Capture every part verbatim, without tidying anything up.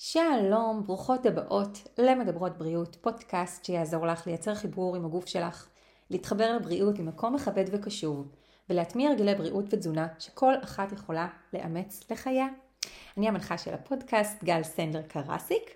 שלום, ברוכות הבאות למדברות בריאות, פודקאסט שיעזור לך לייצר חיבור עם הגוף שלך, להתחבר לבריאות ממקום מכבד וקשוב, ולהטמיע הרגלי בריאות ותזונה שכל אחת יכולה לאמץ לחייה. אני המנחה של הפודקאסט, גל סנדלר קרסיק,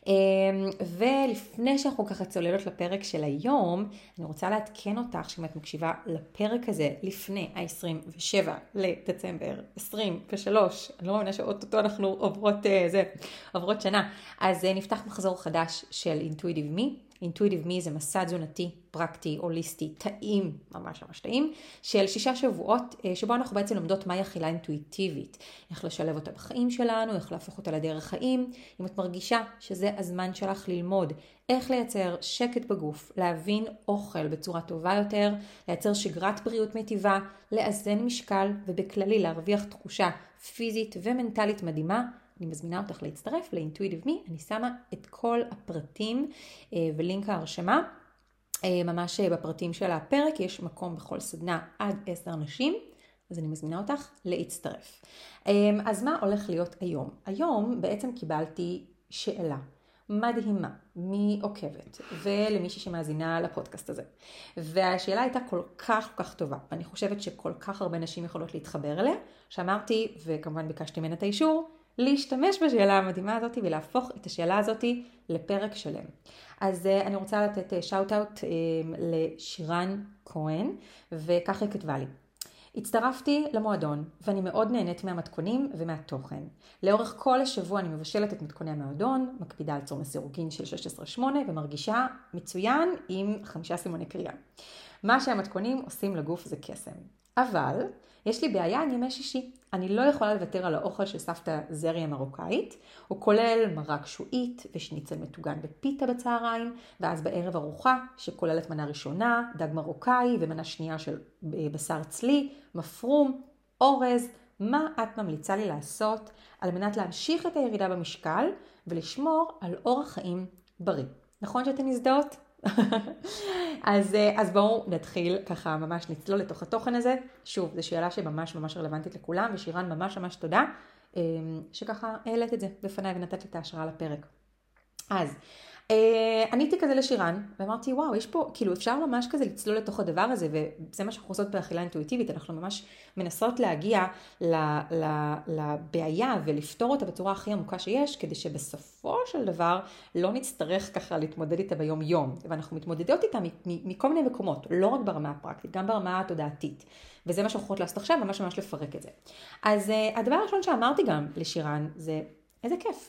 ולפני שאנחנו ככה צוללות לפרק של היום, אני רוצה לעדכן אותך שאם את מקשיבה לפרק הזה לפני ה-עשרים ושבעה לדצמבר עשרים ושלוש, אני לא מאמינה שאוטוטו אנחנו עוברות, זה, עוברות שנה, אז נפתח מחזור חדש של Intuitive Me. Intuitive Me זה מסע תזונתי, פרקטי, הוליסטי, טעים, ממש ממש טעים, של שישה שבועות, שבו אנחנו בעצם לומדות מהי אכילה אינטואיטיבית, איך לשלב אותה בחיים שלנו, איך להפוך אותה לדרך חיים. אם את מרגישה שזה הזמן שלך ללמוד איך לייצר שקט בגוף, להבין אוכל בצורה טובה יותר, לייצר שגרת בריאות מטיבה, לאזן משקל ובכללי להרוויח תחושה פיזית ומנטלית מדהימה, אני מזמינה אותך להצטרף ל-Intuitive Me. אני שמה את כל הפרטים ולינק ההרשמה ממש בפרטים של הפרק. יש מקום בכל סדנה עד עשר אנשים, אז אני מזמינה אותך להצטרף. אז מה הולך להיות היום? היום בעצם קיבלתי שאלה מדהימה מעוקבת ולמישהי שמאזינה לפודקאסט הזה. והשאלה הייתה כל כך כל כך טובה. ואני חושבת שכל כך הרבה נשים יכולות להתחבר אליה, שאמרתי, וכמובן ביקשתי ממנה את האישור, להשתמש בשאלה המדהימה הזאת ולהפוך את השאלה הזאת לפרק שלם. אז uh, אני רוצה לתת שאוט אאוט uh, לשירן כהן, וככה היא כתבה לי. הצטרפתי למועדון ואני מאוד נהנית מהמתכונים ומהתוכן. לאורך כל השבוע אני מבשלת את מתכוני המועדון, מקפידה על צום הסירוגין של שש עשרה שמונה ומרגישה מצוין עם חמישה סימני קריאה. מה שהמתכונים עושים לגוף זה קסם. אבל יש לי בעיה עם ימי שישי. אני לא יכולה לוותר על האוכל של סבתא זרי המרוקאית. הוא כולל מרק שועית ושניצל מטוגן בפיתה בצהריים, ואז בערב ארוחה שכוללת מנה ראשונה, דג מרוקאי ומנה שנייה של בשר צלי, מפרום, אורז. מה את ממליצה לי לעשות על מנת להמשיך את הירידה במשקל ולשמור על אורח חיים בריא? נכון שאתן מזדהות? אז, אז בואו נתחיל ככה ממש נצלול לתוך התוכן הזה. שוב, זו שאלה שממש ממש רלוונטית לכולם, ושירן ממש ממש תודה שככה העלית את זה בפניי ונתת לי את ההשראה לפרק. אז עניתי כזה לשירן ואמרתי וואו, יש פה, כאילו אפשר ממש כזה לצלול לתוך הדבר הזה, וזה מה שאנחנו עושות באכילה אינטואיטיבית. אנחנו ממש מנסות להגיע לבעיה ולפתור אותה בצורה הכי עמוקה שיש, כדי שבסופו של דבר לא נצטרך ככה להתמודד איתה ביום יום, ואנחנו מתמודדות איתה מכל מיני מקומות, לא רק ברמה הפרקטית, גם ברמה התודעתית, וזה מה שאנחנו יכולות לעשות עכשיו, ממש ממש לפרק את זה. אז הדבר הראשון שאמרתי גם לשירן זה איזה כיף.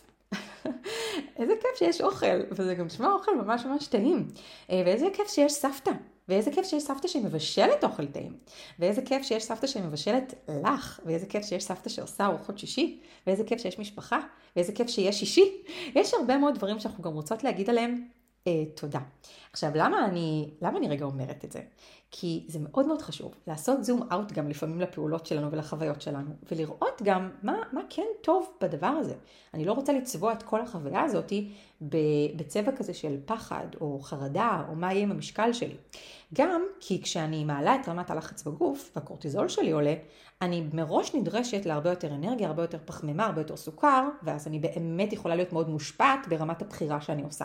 איזה כיף שיש אוכל, וזה גם שמה אוכל ממש ממש טעים. ואיזה כיף שיש סבתא, ואיזה כיף שיש סבתא שמבשלת אוכל טעים, ואיזה כיף שיש סבתא שמבשלת לך, ואיזה כיף שיש סבתא שעושה ארוחות שישי, ואיזה כיף שיש משפחה, ואיזה כיף שיש שישי. יש הרבה מאוד דברים שאנחנו גם רוצות להגיד עליהם אה, תודה. עכשיו, למה אני, למה אני רגע אומרת את זה? כי זה מאוד מאוד חשוב לעשות זום אאוט גם לפעמים לפעולות שלנו ולחוויות שלנו, ולראות גם מה, מה כן טוב בדבר הזה. אני לא רוצה לצבוע את כל החוויה הזאת בצבע כזה של פחד או חרדה או מה יהיה עם המשקל שלי. גם כי כשאני מעלה את רמת הלחץ בגוף והקורטיזול שלי עולה, אני מראש נדרשת להרבה יותר אנרגיה, הרבה יותר פחמימה, הרבה יותר סוכר, ואז אני באמת יכולה להיות מאוד מושפעת ברמת הבחירה שאני עושה.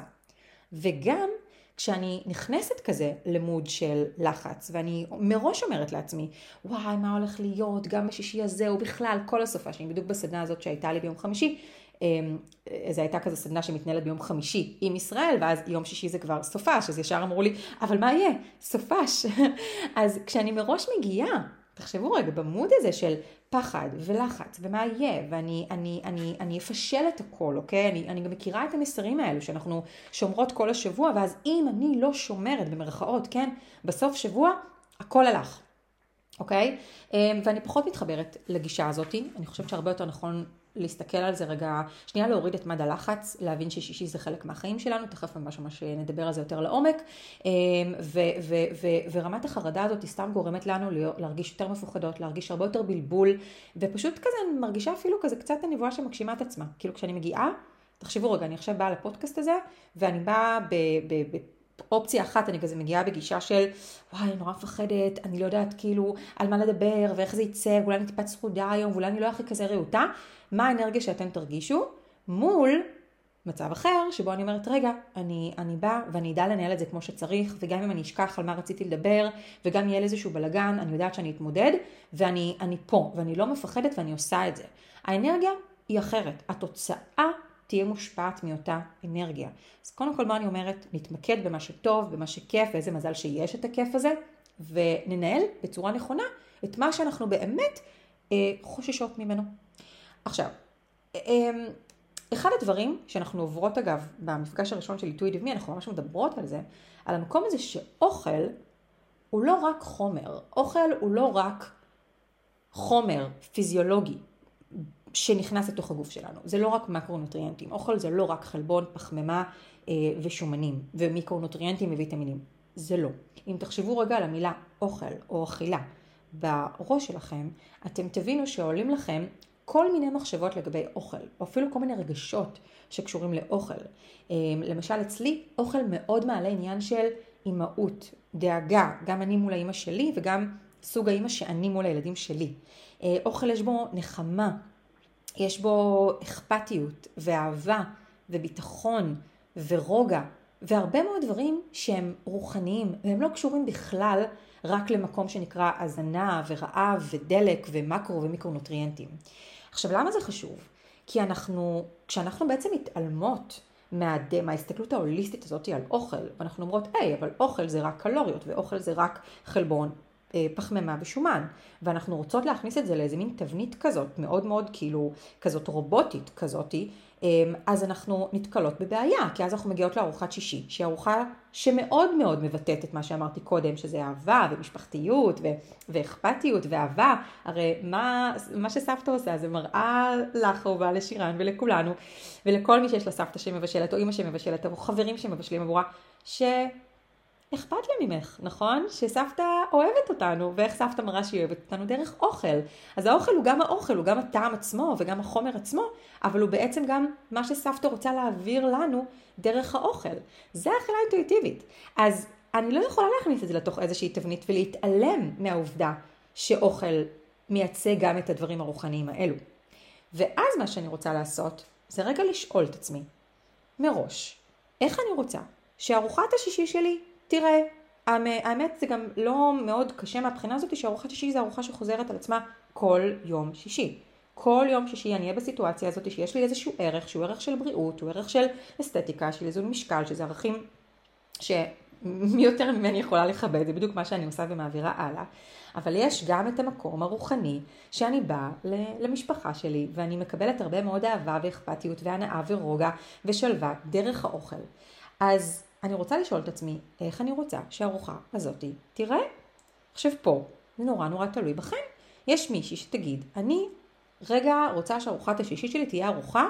וגם כשאני נכנסת כזה למוד של לחץ, ואני מראש אומרת לעצמי, וואי, מה הולך להיות, גם בשישי הזה, ובכלל, כל הסופה, שאני בדיוק בסדנה הזאת שהייתה לי ביום חמישי, זו הייתה כזו סדנה שמתנהלת ביום חמישי עם ישראל, ואז יום שישי זה כבר סופה, שזה ישר אמרו לי, אבל מה יהיה? סופש. אז כשאני מראש מגיעה, תחשבו רגע, במוד הזה של פחד ולחץ ומה יהיה, ואני אני, אני, אני אפשל את הכל, אוקיי? אני, אני גם מכירה את המסרים האלו שאנחנו שומרות כל השבוע, ואז אם אני לא שומרת במרכאות, כן? בסוף שבוע, הכל הלך, אוקיי? ואני פחות מתחברת לגישה הזאת. אני חושבת שהרבה יותר נכון להסתכל על זה רגע, שנייה להוריד את מד הלחץ, להבין ששישי זה חלק מהחיים שלנו, תכף ממש ממש נדבר על זה יותר לעומק, ו- ו- ו- ורמת החרדה הזאת סתם גורמת לנו להרגיש יותר מפוחדות, להרגיש הרבה יותר בלבול, ופשוט כזה אני מרגישה אפילו כזה קצת הנבואה שמגשימה את עצמה. כאילו כשאני מגיעה, תחשבו רגע, אני עכשיו באה לפודקאסט הזה, ואני באה ב... ב- ב- אופציה אחת, אני כזה מגיעה בגישה של, וואי, אני נורא מפחדת, אני לא יודעת כאילו על מה לדבר, ואיך זה יצא, ואולי אני טיפת סחודה היום, ואולי אני לא הכי כזה רעותה. מה האנרגיה שאתם תרגישו? מול מצב אחר שבו אני אומרת, רגע, אני, אני באה ואני אדע לנהל את זה כמו שצריך, וגם אם אני אשכח על מה רציתי לדבר, וגם יהיה איזשהו בלגן, אני יודעת שאני אתמודד, ואני אני פה, ואני לא מפחדת ואני עושה את זה. האנרגיה היא אחרת. התוצאה תהיה מושפעת מאותה אנרגיה. אז קודם כל מה אני אומרת, נתמקד במה שטוב, במה שכיף, ואיזה מזל שיש את הכיף הזה, וננהל בצורה נכונה את מה שאנחנו באמת אה, חוששות ממנו. עכשיו, אה, אחד הדברים שאנחנו עוברות אגב, במפגש הראשון של איתוי דבמי, אנחנו ממש מדברות על זה, על המקום הזה שאוכל הוא לא רק חומר, אוכל הוא לא רק חומר פיזיולוגי שנכנס לתוך הגוף שלנו, זה לא רק מקרונוטריאנטים, אוכל זה לא רק חלבון, פחמימה אה, ושומנים ומיקרונוטריאנטים וויטמינים, זה לא. אם תחשבו רגע על המילה אוכל או אכילה בראש שלכם, אתם תבינו שעולים לכם כל מיני מחשבות לגבי אוכל, או אפילו כל מיני רגשות שקשורים לאוכל. למשל אצלי, אוכל מאוד מעלה עניין של אימהות, דאגה, גם אני מול האמא שלי וגם סוג האמא שאני מול הילדים שלי. אוכל יש בו נחמה, יש בו אכפתיות ואהבה וביטחון ורוגע, והרבה מאוד דברים שהם רוחניים, והם לא קשורים בכלל רק למקום שנקרא הזנה ורעב ודלק ומקרו ומיקרונוטריאנטים. עכשיו, למה זה חשוב? כי אנחנו, כשאנחנו בעצם מתעלמות מה, מההסתכלות ההוליסטית הזאת על אוכל, ואנחנו אומרות, היי, אבל אוכל זה רק קלוריות, ואוכל זה רק חלבון, פחמימה ושומן, ואנחנו רוצות להכניס את זה לאיזה מין תבנית כזאת, מאוד מאוד כאילו, כזאת רובוטית כזאת, אז אנחנו נתקלות בבעיה, כי אז אנחנו מגיעות לארוחת שישי, שהיא ארוחה שמאוד מאוד מבטאת את מה שאמרתי קודם, שזה אהבה ומשפחתיות ו- ואכפתיות ואהבה. הרי מה, מה שסבתא עושה זה מראה לך אהובה לשירן ולכולנו, ולכל מי שיש לה סבתא שמבשלת או אמא שמבשלת או חברים שמבשלים עבורה, ש... אכפת לה ממך, נכון? שסבתא אוהבת אותנו, ואיך סבתא מראה שהיא אוהבת אותנו דרך אוכל. אז האוכל הוא גם האוכל, הוא גם הטעם עצמו וגם החומר עצמו, אבל הוא בעצם גם מה שסבתא רוצה להעביר לנו דרך האוכל. זה אכילה אינטואיטיבית. אז אני לא יכולה להכניס את זה לתוך איזושהי תבנית ולהתעלם מהעובדה שאוכל מייצג גם את הדברים הרוחניים האלו. ואז מה שאני רוצה לעשות זה רגע לשאול את עצמי מראש, איך אני רוצה שארוחת השישי שלי תראה, האמת זה גם לא מאוד קשה מהבחינה הזאת שארוחת שישי זה ארוחה שחוזרת על עצמה כל יום שישי. כל יום שישי אני אהיה בסיטואציה הזאת שיש לי איזשהו ערך, שהוא ערך של בריאות, הוא ערך של אסתטיקה, של איזון משקל, שזה ערכים שמי יותר ממני יכולה לכבד, זה בדיוק מה שאני עושה ומעבירה הלאה. אבל יש גם את המקום הרוחני שאני באה למשפחה שלי, ואני מקבלת הרבה מאוד אהבה ואכפתיות והנאה ורוגע ושלווה דרך האוכל. אז אני רוצה לשאול את עצמי, איך אני רוצה שהארוחה הזאת תראה? עכשיו פה, זה נורא נורא תלוי בכם. יש מישהי שתגיד, אני רגע רוצה שהארוחת השישית שלי תהיה ארוחה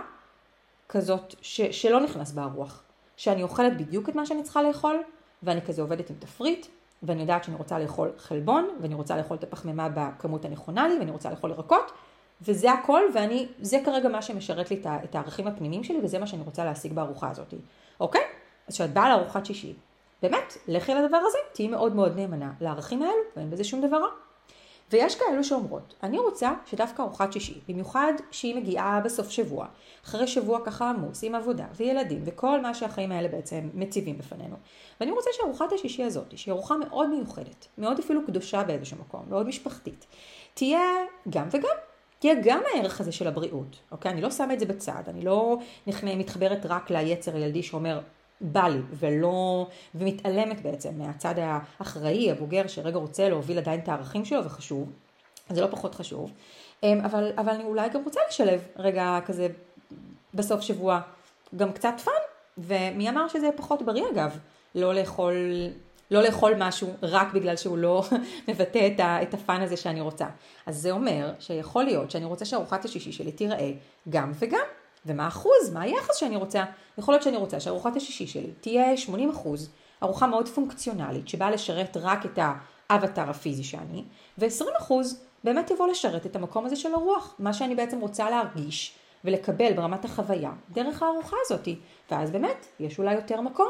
כזאת ש- שלא נכנס בה הרוח. שאני אוכלת בדיוק את מה שאני צריכה לאכול, ואני כזה עובדת עם תפריט, ואני יודעת שאני רוצה לאכול חלבון, ואני רוצה לאכול את הפחמימה בכמות הנכונה לי, ואני רוצה לאכול ירקות, וזה הכל, ואני, זה כרגע מה שמשרת לי את הערכים הפנימיים שלי, וזה מה שאני רוצה להשיג בארוחה הזאת. אוקיי? אז שאת באה לארוחת שישי, באמת, לכי לדבר הזה, תהי מאוד מאוד נאמנה לערכים האלו, ואין בזה שום דבר רע. ויש כאלו שאומרות, אני רוצה שדווקא ארוחת שישי, במיוחד שהיא מגיעה בסוף שבוע, אחרי שבוע ככה עמוס, עם עבודה וילדים, וכל מה שהחיים האלה בעצם מציבים בפנינו. ואני רוצה שארוחת השישי הזאת, שהיא ארוחה מאוד מיוחדת, מאוד אפילו קדושה באיזשהו מקום, מאוד משפחתית, תהיה גם וגם. תהיה גם הערך הזה של הבריאות, אוקיי? אני לא שמה את זה בצד, אני לא נכנע, מתחברת רק ליצר הילדי שאומר, בא לי, ולא, ומתעלמת בעצם מהצד האחראי, הבוגר, שרגע רוצה להוביל עדיין את הערכים שלו וחשוב, זה לא פחות חשוב, אבל, אבל אני אולי גם רוצה לשלב רגע כזה בסוף שבוע, גם קצת פן, ומי אמר שזה פחות בריא אגב, לא לאכול, לא לאכול משהו רק בגלל שהוא לא מבטא את, ה, את הפן הזה שאני רוצה. אז זה אומר שיכול להיות שאני רוצה שארוחת השישי שלי תיראה גם וגם. ומה אחוז? מה היחס שאני רוצה? יכול להיות שאני רוצה שארוחת השישי שלי תהיה שמונים אחוז, ארוחה מאוד פונקציונלית, שבאה לשרת רק את האבטר הפיזי שאני, ו-עשרים אחוז באמת תבוא לשרת את המקום הזה של הרוח, מה שאני בעצם רוצה להרגיש ולקבל ברמת החוויה, דרך הארוחה הזאת. ואז באמת יש אולי יותר מקום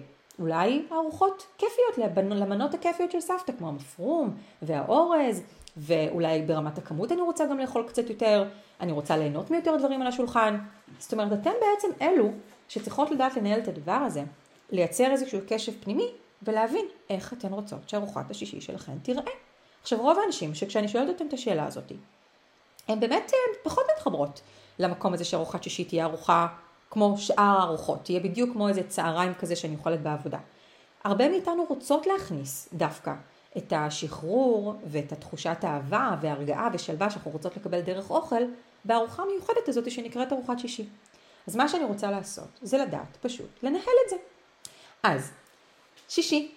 לאולי ארוחות כיפיות, למנות הכיפיות של סבתא, כמו המפרום והאורז, ואולי ברמת הכמות אני רוצה גם לאכול קצת יותר, אני רוצה ליהנות מיותר דברים על השולחן. זאת אומרת, אתם בעצם אלו שצריכות לדעת לנהל את הדבר הזה, לייצר איזשהו קשב פנימי, ולהבין איך אתן רוצות שארוחת השישי שלכן תיראה. עכשיו, רוב האנשים שכשאני שואלת אותם את השאלה הזאת, הן באמת פחות מתחברות למקום הזה שארוחת שישי תהיה ארוחה כמו שאר הארוחות, תהיה בדיוק כמו איזה צהריים כזה שאני אוכלת בעבודה. הרבה מאיתנו רוצות להכניס דווקא את השחרור ואת התחושת האהבה וההרגעה ושלווה שאנחנו רוצות לקבל דרך אוכל בארוחה המיוחדת הזאת שנקראת ארוחת שישי. אז מה שאני רוצה לעשות זה לדעת פשוט לנהל את זה. אז שישי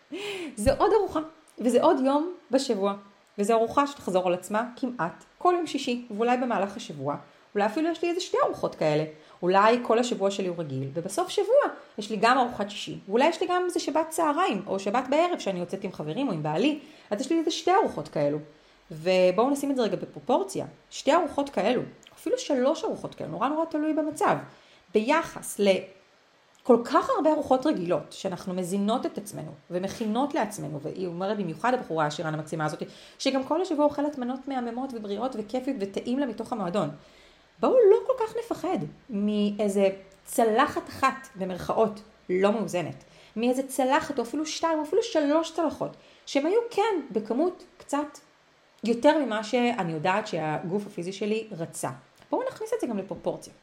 זה עוד ארוחה וזה עוד יום בשבוע וזו ארוחה שתחזור על עצמה כמעט כל יום שישי ואולי במהלך השבוע. אולי אפילו יש לי איזה שתי ארוחות כאלה. אולי כל השבוע שלי הוא רגיל, ובסוף שבוע יש לי גם ארוחת שישי. ואולי יש לי גם איזה שבת צהריים, או שבת בערב שאני יוצאת עם חברים או עם בעלי. אז יש לי איזה שתי ארוחות כאלו. ובואו נשים את זה רגע בפרופורציה. שתי ארוחות כאלו, אפילו שלוש ארוחות כאלו, נורא נורא תלוי במצב. ביחס לכל כך הרבה ארוחות רגילות, שאנחנו מזינות את עצמנו, ומכינות לעצמנו, והיא אומרת במיוחד הבחורה השירן המקסימה הזאת, שגם כל השבוע אוכלת מנות מהממות ובריאות וכיפית וטעים לה מתוך המועדון. בואו לא כל כך נפחד מאיזה צלחת אחת במרכאות לא מאוזנת, מאיזה צלחת או אפילו שתיים או אפילו שלוש צלחות, שהם היו כן בכמות קצת יותר ממה שאני יודעת שהגוף הפיזי שלי רצה. בואו נכניס את זה גם לפרופורציות,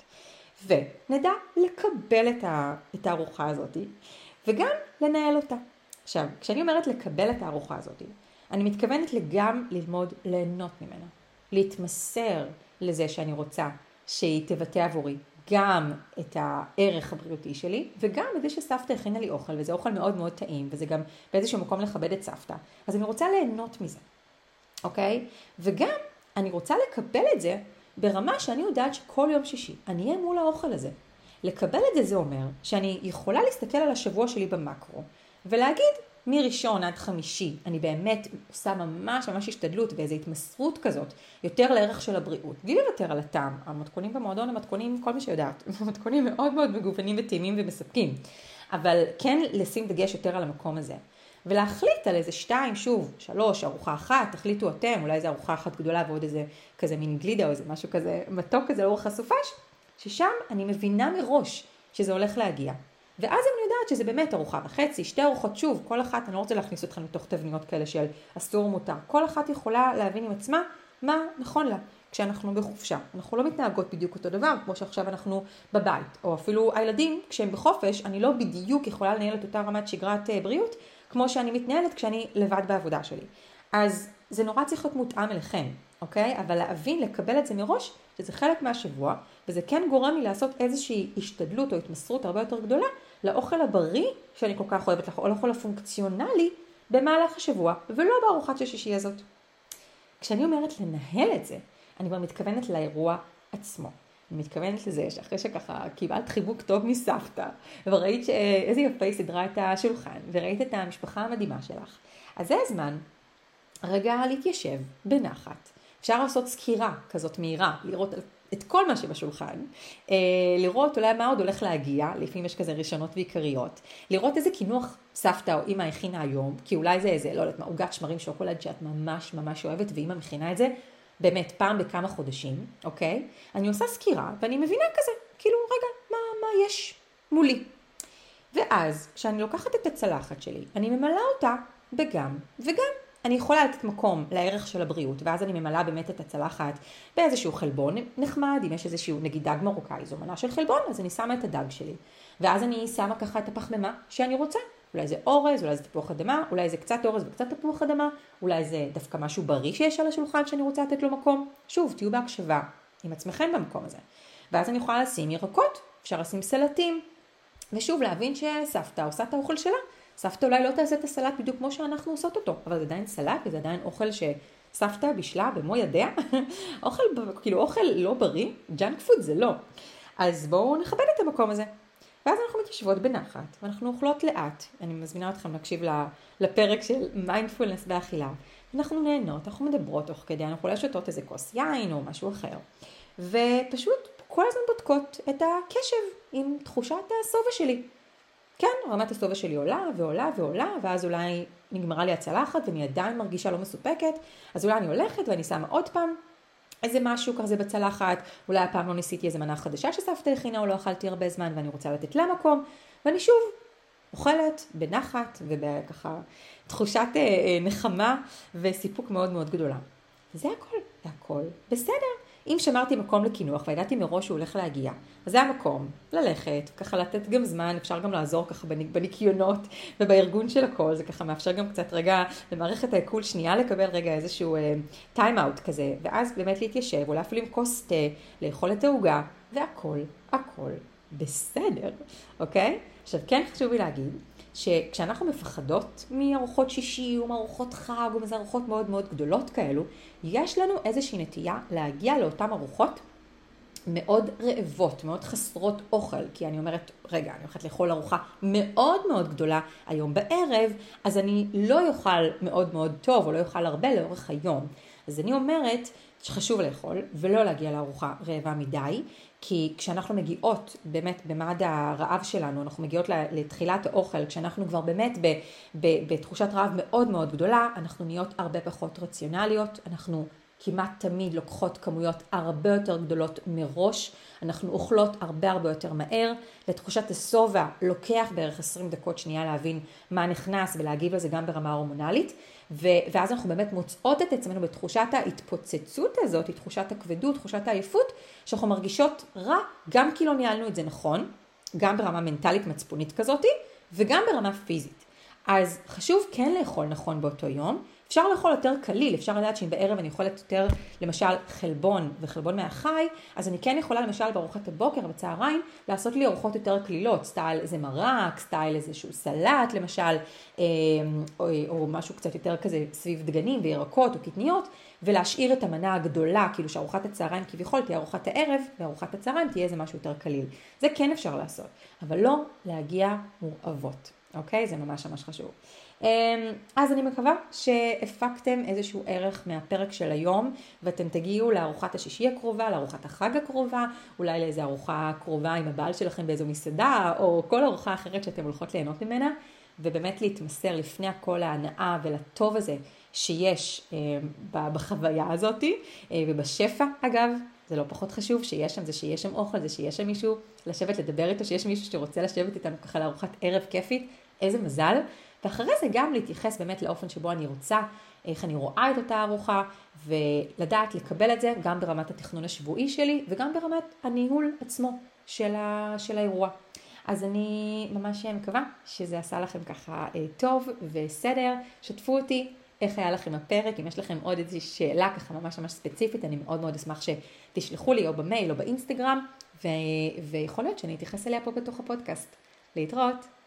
ונדע לקבל את, ה, את הארוחה הזאת, וגם לנהל אותה. עכשיו, כשאני אומרת לקבל את הארוחה הזאת, אני מתכוונת גם ללמוד ליהנות ממנה, להתמסר לזה שאני רוצה שהיא תבטא עבורי גם את הערך הבריאותי שלי, וגם בזה שסבתא הכינה לי אוכל, וזה אוכל מאוד מאוד טעים, וזה גם באיזשהו מקום לכבד את סבתא. אז אני רוצה ליהנות מזה, אוקיי? וגם אני רוצה לקבל את זה ברמה שאני יודעת שכל יום שישי אני אהיה מול האוכל הזה. לקבל את זה זה אומר שאני יכולה להסתכל על השבוע שלי במקרו, ולהגיד מראשון עד חמישי, אני באמת עושה ממש ממש השתדלות ואיזו התמסרות כזאת, יותר לערך של הבריאות, בלי לוותר על הטעם. המתכונים במועדון הם מתכונים, כל מי שיודעת, מתכונים מאוד מאוד מגוונים וטעימים ומספקים, אבל כן לשים דגש יותר על המקום הזה, ולהחליט על איזה שתיים, שוב, שלוש, ארוחה אחת, תחליטו אתם, אולי איזה ארוחה אחת גדולה ועוד איזה כזה מין גלידה או איזה משהו כזה מתוק כזה לאורך הסופש, ששם אני מבינה מראש שזה הולך להגיע. ואז אני יודעת שזה באמת ארוחה וחצי, שתי ארוחות שוב, כל אחת, אני לא רוצה להכניס אתכם לתוך תבניות כאלה של אסור מותר. כל אחת יכולה להבין עם עצמה מה נכון לה כשאנחנו בחופשה. אנחנו לא מתנהגות בדיוק אותו דבר, כמו שעכשיו אנחנו בבית. או אפילו הילדים, כשהם בחופש, אני לא בדיוק יכולה לנהל את אותה רמת שגרת בריאות, כמו שאני מתנהלת כשאני לבד בעבודה שלי. אז זה נורא צריך להיות מותאם אליכם, אוקיי? אבל להבין, לקבל את זה מראש, שזה חלק מהשבוע, וזה כן גורם לי לעשות איזושהי השתדלות או התמסרות הרבה יותר גדולה לאוכל הבריא שאני כל כך אוהבת, או לאוכל הפונקציונלי במהלך השבוע, ולא בארוחת השישי הזאת. כשאני אומרת לנהל את זה, אני כבר מתכוונת לאירוע עצמו. אני מתכוונת לזה שאחרי שככה קיבלת חיבוק טוב מסבתא, וראית שאיזה יפה היא סדרה את השולחן, וראית את המשפחה המדהימה שלך, אז זה הזמן רגע להתיישב בנחת. אפשר לעשות סקירה כזאת מהירה, לראות את כל מה שבשולחן, לראות אולי מה עוד הולך להגיע, לפעמים יש כזה ראשונות ועיקריות, לראות איזה כינוח סבתא או אמא הכינה היום, כי אולי זה איזה, לא יודעת מה, עוגת שמרים שוקולד שאת ממש ממש אוהבת, ואמא מכינה את זה באמת פעם בכמה חודשים, אוקיי? אני עושה סקירה ואני מבינה כזה, כאילו רגע, מה, מה יש מולי? ואז כשאני לוקחת את הצלחת שלי, אני ממלאה אותה בגם וגם. אני יכולה לתת מקום לערך של הבריאות, ואז אני ממלאה באמת את הצלחת באיזשהו חלבון נחמד, אם יש איזשהו נגיד דג מרוקאי, זו מנה של חלבון, אז אני שמה את הדג שלי. ואז אני שמה ככה את הפחמימה שאני רוצה. אולי זה אורז, אולי זה תפוח אדמה, אולי זה קצת אורז וקצת תפוח אדמה, אולי זה דווקא משהו בריא שיש על השולחן שאני רוצה לתת לו מקום. שוב, תהיו בהקשבה עם עצמכם במקום הזה. ואז אני יכולה לשים ירקות, אפשר לשים סלטים, ושוב להבין שסבתא עושה את האוכל שלה. סבתא אולי לא תעשה את הסלט בדיוק כמו שאנחנו עושות אותו, אבל זה עדיין סלט וזה עדיין אוכל שסבתא בישלה במו ידיה. אוכל, כאילו אוכל לא בריא, ג'אנק פוד זה לא. אז בואו נכבד את המקום הזה. ואז אנחנו מתיישבות בנחת, ואנחנו אוכלות לאט. אני מזמינה אתכם להקשיב לפרק של מיינדפולנס באכילה. אנחנו נהנות, אנחנו מדברות תוך כדי, אנחנו אולי שותות איזה כוס יין או משהו אחר. ופשוט כל הזמן בודקות את הקשב עם תחושת הסובה שלי. כן, רמת הסובה שלי עולה ועולה ועולה, ואז אולי נגמרה לי הצלחת ואני עדיין מרגישה לא מסופקת, אז אולי אני הולכת ואני שמה עוד פעם איזה משהו כזה בצלחת, אולי הפעם לא ניסיתי איזה מנה חדשה שסבתא הכינה או לא אכלתי הרבה זמן ואני רוצה לתת לה מקום, ואני שוב אוכלת בנחת ובככה תחושת נחמה וסיפוק מאוד מאוד גדולה. זה הכל, זה הכל בסדר. אם שמרתי מקום לקינוח וידעתי מראש שהוא הולך להגיע, אז זה המקום ללכת, ככה לתת גם זמן, אפשר גם לעזור ככה בניקיונות ובארגון של הכל, זה ככה מאפשר גם קצת רגע למערכת העיכול שנייה לקבל רגע איזשהו טיים אאוט כזה, ואז באמת להתיישב, אולי אפילו עם כוס תה, לאכול את העוגה, והכל, הכל בסדר, אוקיי? עכשיו כן חשוב לי להגיד, שכשאנחנו מפחדות מארוחות שישי או מארוחות חג או מאיזה ארוחות מאוד מאוד גדולות כאלו, יש לנו איזושהי נטייה להגיע לאותן ארוחות מאוד רעבות, מאוד חסרות אוכל, כי אני אומרת, רגע, אני הולכת לאכול ארוחה מאוד מאוד גדולה היום בערב, אז אני לא יאכל מאוד מאוד טוב או לא יאכל הרבה לאורך היום. אז אני אומרת שחשוב לאכול ולא להגיע לארוחה רעבה מדי, כי כשאנחנו מגיעות באמת במד הרעב שלנו, אנחנו מגיעות לתחילת האוכל, כשאנחנו כבר באמת ב, ב, בתחושת רעב מאוד מאוד גדולה, אנחנו נהיות הרבה פחות רציונליות, אנחנו כמעט תמיד לוקחות כמויות הרבה יותר גדולות מראש, אנחנו אוכלות הרבה הרבה יותר מהר, לתחושת הסובה לוקח בערך עשרים דקות שנייה להבין מה נכנס ולהגיב לזה גם ברמה הורמונלית, ואז אנחנו באמת מוצאות את עצמנו בתחושת ההתפוצצות הזאת, תחושת הכבדות, תחושת העייפות, שאנחנו מרגישות רע, גם כי לא ניהלנו את זה נכון, גם ברמה מנטלית מצפונית כזאת, וגם ברמה פיזית. אז חשוב כן לאכול נכון באותו יום, אפשר לאכול יותר קליל, אפשר לדעת שאם בערב אני יכולת יותר, למשל, חלבון וחלבון מהחי, אז אני כן יכולה למשל בארוחת הבוקר, בצהריים, לעשות לי ארוחות יותר קלילות, סטייל איזה מרק, סטייל איזשהו סלט, למשל, או, או משהו קצת יותר כזה סביב דגנים וירקות או קטניות, ולהשאיר את המנה הגדולה, כאילו שארוחת הצהריים כביכול תהיה ארוחת הערב, וארוחת הצהריים תהיה איזה משהו יותר קליל. זה כן אפשר לעשות, אבל לא להגיע מורעבות, אוקיי? זה ממש ממש חשוב. אז אני מקווה שהפקתם איזשהו ערך מהפרק של היום, ואתם תגיעו לארוחת השישי הקרובה, לארוחת החג הקרובה, אולי לאיזו ארוחה קרובה עם הבעל שלכם באיזו מסעדה, או כל ארוחה אחרת שאתם הולכות ליהנות ממנה, ובאמת להתמסר לפני הכל להנאה ולטוב הזה שיש בחוויה הזאת, ובשפע אגב, זה לא פחות חשוב שיש שם, זה שיש שם אוכל, זה שיש שם מישהו לשבת לדבר איתו, שיש מישהו שרוצה לשבת איתנו ככה לארוחת ערב כיפית, איזה מזל. ואחרי זה גם להתייחס באמת לאופן שבו אני רוצה, איך אני רואה את אותה ארוחה, ולדעת לקבל את זה גם ברמת התכנון השבועי שלי, וגם ברמת הניהול עצמו של, ה, של האירוע. אז אני ממש מקווה שזה עשה לכם ככה טוב וסדר. שתפו אותי איך היה לכם הפרק, אם יש לכם עוד איזושהי שאלה ככה ממש ממש ספציפית, אני מאוד מאוד אשמח שתשלחו לי או במייל או באינסטגרם, ו... ויכול להיות שאני אתייחס אליה פה בתוך הפודקאסט. להתראות.